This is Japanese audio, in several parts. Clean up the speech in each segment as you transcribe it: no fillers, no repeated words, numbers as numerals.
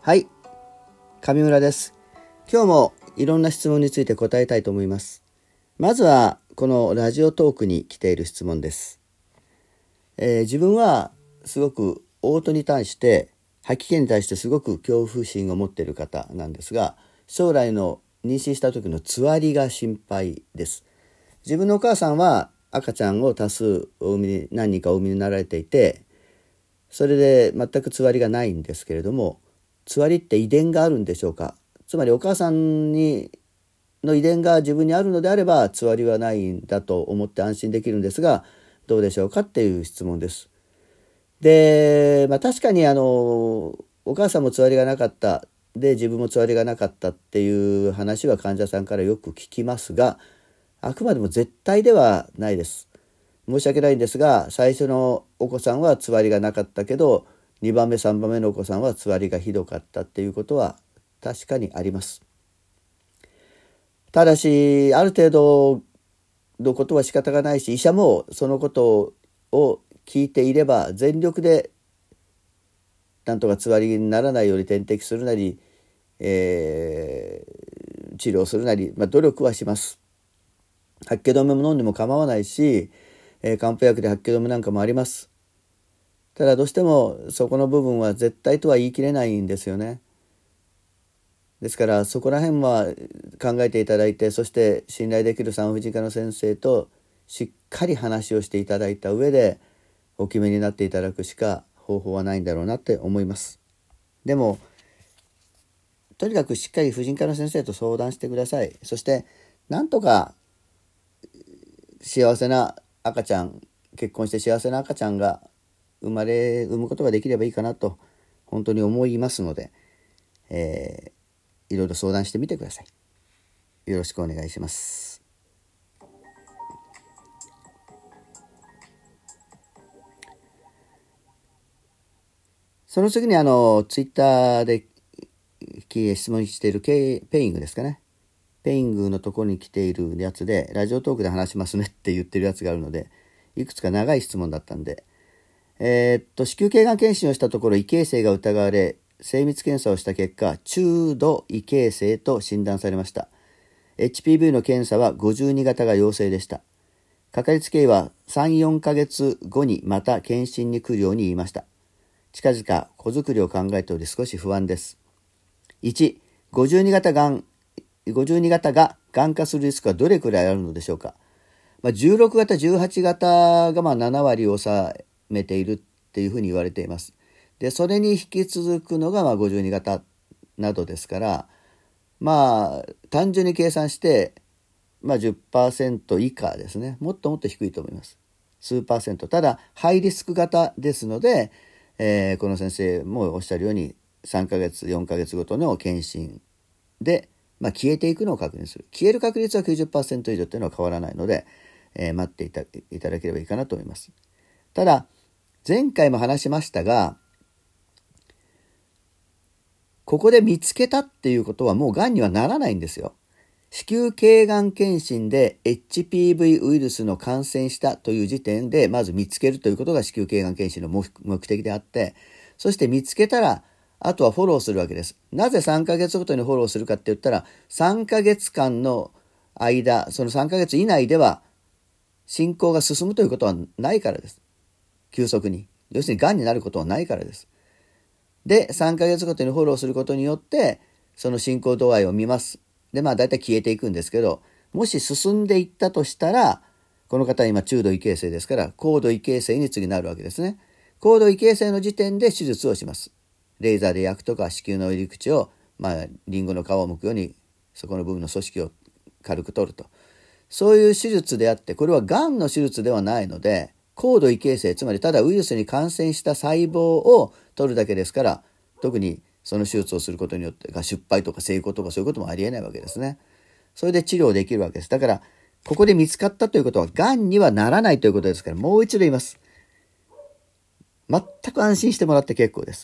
はい、上村です。今日もいろんな質問について答えたいと思います。まずはこのラジオトークに来ている質問です。自分はすごく嘔吐に対して吐き気に対してすごく恐怖心を持っている方なんですが、将来の妊娠した時のつわりが心配です。自分のお母さんは赤ちゃんを多数何人かお産みになられていて、それで全くつわりがないんですけれども、つわりって遺伝があるんでしょうか。つまりお母さんの遺伝が自分にあるのであればつわりはないんだと思って安心できるんですが、どうでしょうかっていう質問です。で、確かにお母さんもつわりがなかったで自分もつわりがなかったっていう話は患者さんからよく聞きますが、あくまでも絶対ではないです。申し訳ないんですが、最初のお子さんはつわりがなかったけど2番目3番目のお子さんはつわりがひどかったっていうことは確かにあります。ただしある程度のことは仕方がないし、医者もそのことを聞いていれば全力でなんとかつわりにならないように点滴するなり、治療するなり、努力はします。吐き気止めも飲んでも構わないし、漢方薬で吐き気止めなんかもあります。ただどうしてもそこの部分は絶対とは言い切れないんですよね。ですからそこら辺は考えていただいて、そして信頼できる産婦人科の先生としっかり話をしていただいた上でお決めになっていただくしか方法はないんだろうなって思います。でもとにかくしっかり婦人科の先生と相談してください。そしてなんとか幸せな赤ちゃん、結婚して幸せな赤ちゃんが産むことができればいいかなと本当に思いますので、いろいろ相談してみてください。よろしくお願いします。その次にツイッターで質問しているペイングですかね。ペイングのところに来ているやつでラジオトークで話しますねって言ってるやつがあるので、いくつか長い質問だったんで、子宮頸がん検診をしたところ異形成が疑われ、精密検査をした結果中度異形成と診断されました。 HPV の検査は52型が陽性でした。かかりつけ医は 3,4 ヶ月後にまた検診に来るように言いました。近々子作りを考えており少し不安です。1、52型ががん化するリスクはどれくらいあるのでしょうか。16型18型が7割を抑えているっていうふうに言われています。でそれに引き続くのが52型などですから、単純に計算して10% 以下ですね。もっともっと低いと思います。数%。ただハイリスク型ですので、この先生もおっしゃるように3ヶ月4ヶ月ごとの検診で、消えていくのを確認する。消える確率は 90% 以上というのは変わらないので、待っていただければいいかなと思います。ただ前回も話しましたが、ここで見つけたっていうことはもうがんにはならないんですよ。子宮頸がん検診で HPV ウイルスの感染したという時点でまず見つけるということが子宮頸がん検診の目的であって、そして見つけたらあとはフォローするわけです。なぜ3ヶ月ごとにフォローするかって言ったら、3ヶ月間の間、その3ヶ月以内では進行が進むということはないからです。急速に。要するにがんになることはないからです。で、3ヶ月ごとにフォローすることによってその進行度合いを見ます。で、だいたい消えていくんですけど、もし進んでいったとしたら、この方は今中度異形成ですから高度異形成に次なるわけですね。高度異形成の時点で手術をします。レーザーで焼くとか子宮の入り口をリンゴの皮を剥くようにそこの部分の組織を軽く取ると、そういう手術であって、これはがんの手術ではないので、高度異形成、つまりただウイルスに感染した細胞を取るだけですから、特にその手術をすることによって失敗とか成功とかそういうこともありえないわけですね。それで治療できるわけです。だからここで見つかったということはがんにはならないということですから、もう一度言います。全く安心してもらって結構です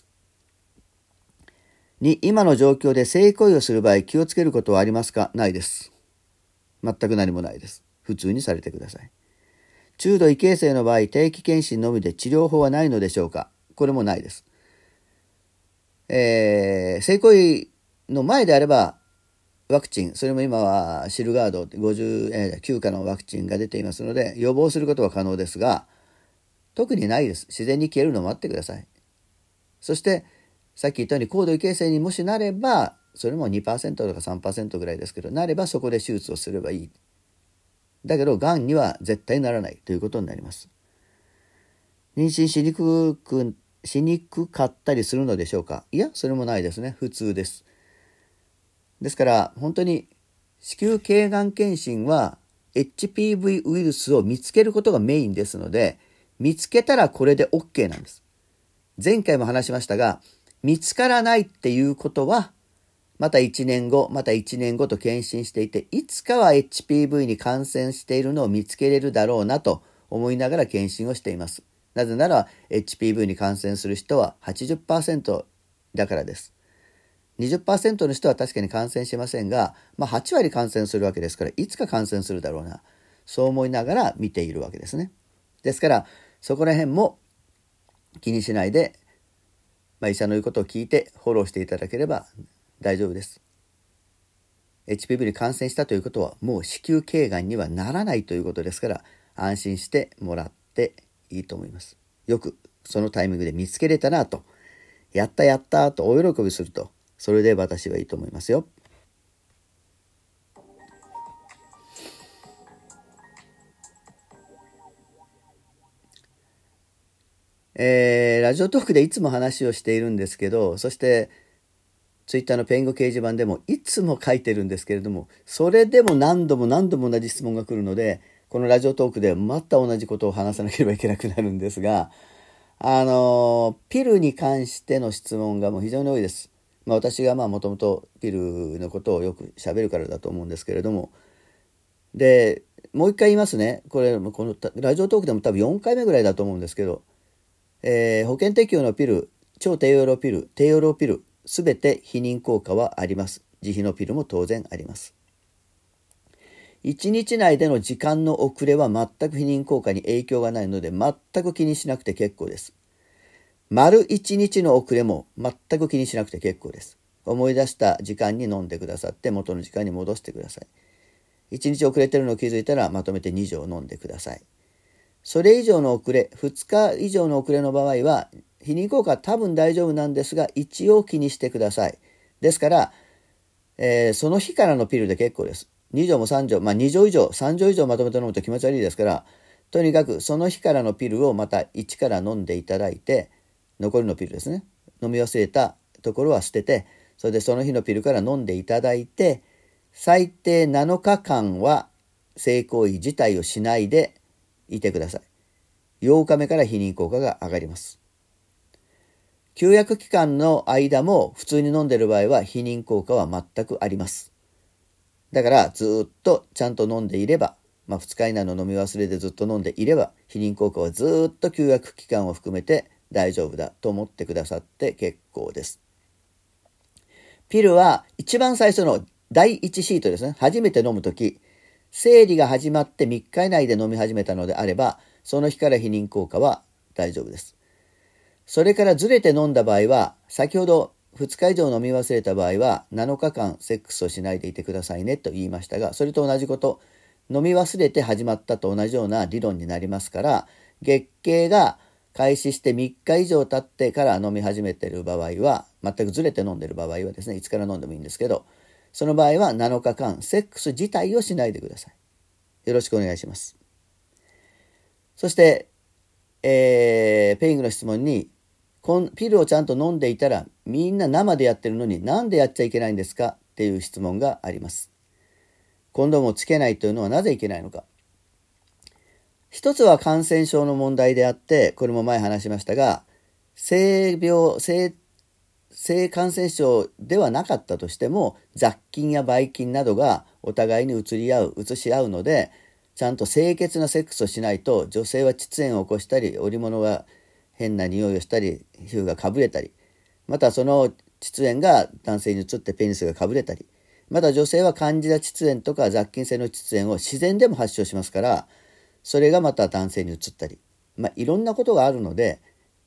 。2、今の状況で性行為をする場合気をつけることはありますか。ないです。全く何もないです。普通にされてください。中度異形成の場合定期検診のみで治療法はないのでしょうか。これもないです。 性行為の前であればワクチン、それも今はシルガード9価のワクチンが出ていますので予防することは可能ですが、特にないです。自然に消えるのを待ってください。そしてさっき言ったように高度異形成にもしなれば、それも 2% とか 3% ぐらいですけど、なればそこで手術をすればいい。だけどがんには絶対ならないということになります。妊娠しにくかったりするのでしょうか。いや、それもないですね。普通です。ですから本当に子宮頸がん検診は HPV ウイルスを見つけることがメインですので、見つけたらこれで OK なんです。前回も話しましたが、見つからないっていうことはまた1年後と検診していて、いつかは HPV に感染しているのを見つけれるだろうなと思いながら検診をしています。なぜなら HPV に感染する人は 80% だからです。20% の人は確かに感染しませんが、8割感染するわけですから、いつか感染するだろうな、そう思いながら見ているわけですね。ですからそこら辺も気にしないで、医者の言うことを聞いてフォローしていただければ大丈夫です。 HPV に感染したということはもう子宮頸がんにはならないということですから、安心してもらっていいと思います。よくそのタイミングで見つけれたなと、やったと大喜びすると、それで私はいいと思いますよ。ラジオトークでいつも話をしているんですけど、そしてツイッターのペング掲示板でもいつも書いてるんですけれども、それでも何度も同じ質問が来るので、このラジオトークでまた同じことを話さなければいけなくなるんですが、ピルに関しての質問がもう非常に多いです。私がもともとピルのことをよく喋るからだと思うんですけれども、でもう一回言いますね。このラジオトークでも多分4回目ぐらいだと思うんですけど、保険適用のピル、超低用量ピル、低用量ピル、すべて避妊効果はあります。自費のピルも当然あります。1日内での時間の遅れは全く避妊効果に影響がないので、全く気にしなくて結構です。丸1日の遅れも全く気にしなくて結構です。思い出した時間に飲んでくださって元の時間に戻してください。1日遅れてるのを気づいたらまとめて2錠飲んでください。それ以上の遅れ、2日以上の遅れの場合は避妊効果は多分大丈夫なんですが、一応気にしてください。ですから、その日からのピルで結構です。2錠も3錠、2錠以上、3錠以上まとめて飲むと気持ち悪いですから、とにかくその日からのピルをまた1から飲んでいただいて、残りのピルですね、飲み忘れたところは捨てて、それでその日のピルから飲んでいただいて、最低7日間は性行為自体をしないでいてください。8日目から避妊効果が上がります。休薬期間の間も普通に飲んでいる場合は避妊効果は全くあります。だからずっとちゃんと飲んでいれば、2日以内の飲み忘れでずっと飲んでいれば、避妊効果はずっと休薬期間を含めて大丈夫だと思ってくださって結構です。ピルは一番最初の第1シートですね。初めて飲むとき、生理が始まって3日以内で飲み始めたのであれば、その日から避妊効果は大丈夫です。それからずれて飲んだ場合は、先ほど2日以上飲み忘れた場合は7日間セックスをしないでいてくださいねと言いましたが、それと同じこと、飲み忘れて始まったと同じような理論になりますから、月経が開始して3日以上経ってから飲み始めている場合は、全くずれて飲んでいる場合はですね、いつから飲んでもいいんですけど、その場合は7日間セックス自体をしないでください。よろしくお願いします。そして、ペイングの質問に、ピルをちゃんと飲んでいたらみんな生でやってるのになんでやっちゃいけないんですかっていう質問があります。コンドームをつけないというのはなぜいけないのか。一つは感染症の問題であって、これも前話しましたが、性感染症ではなかったとしても、雑菌やばい菌などがお互いに移し合うので、ちゃんと清潔なセックスをしないと、女性は膣炎を起こしたり、織物が変な匂いをしたり、皮膚がかぶれたり、またその膣炎が男性に移ってペニスがかぶれたり、また女性はカンジダ膣炎とか雑菌性の膣炎を自然でも発症しますから、それがまた男性に移ったり、いろんなことがあるので、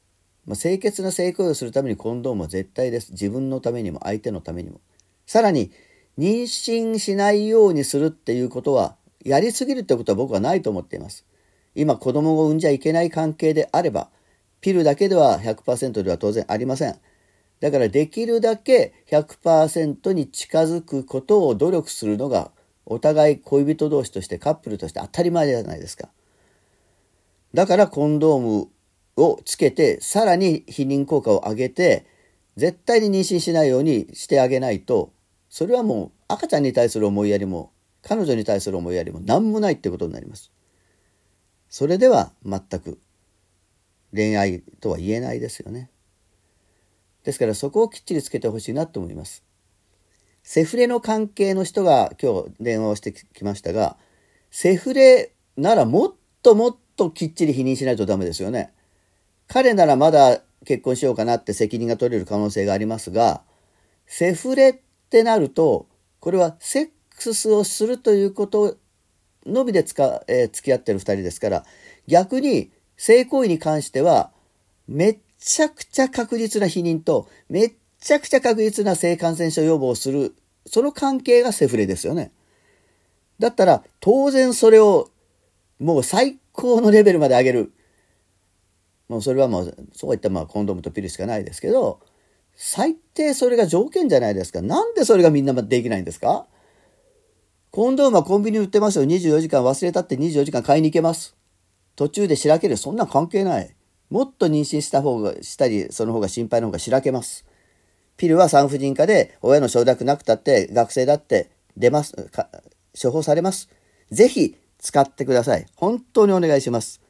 清潔な性行為をするためにコンドームは絶対です。自分のためにも相手のためにも。さらに妊娠しないようにするっていうことはやりすぎるってことは僕はないと思っています。今子供を産んじゃいけない関係であればピルだけでは 100% では当然ありません。だからできるだけ 100% に近づくことを努力するのがお互い恋人同士としてカップルとして当たり前じゃないですか。だからコンドームをつけてさらに避妊効果を上げて絶対に妊娠しないようにしてあげないと、それはもう赤ちゃんに対する思いやりも彼女に対する思いやりも何もないってことになります。それでは全く恋愛とは言えないですよね。ですからそこをきっちりつけてほしいなと思います。セフレの関係の人が今日電話をしてきましたが、セフレならもっともっときっちり否認しないとダメですよね。彼ならまだ結婚しようかなって責任が取れる可能性がありますが、セフレってなるとこれはセックスをするということのみで付き合ってる2人ですから、逆に性行為に関してはめっちゃくちゃ確実な否認とめっちゃくちゃ確実な性感染症予防をする、その関係がセフレですよね。だったら当然それをもう最高のレベルまで上げる、もうそれはもうそういったコンドームとピルしかないですけど、最低それが条件じゃないですか。なんでそれがみんなできないんですか。コンドームはコンビニ売ってますよ。24時間忘れたって24時間買いに行けます。途中でしらける、そんな関係ない。もっと妊娠したりその方が心配の方がしらけます。ピルは産婦人科で親の承諾なくたって学生だって出ます処方されます。ぜひ使ってください。本当にお願いします。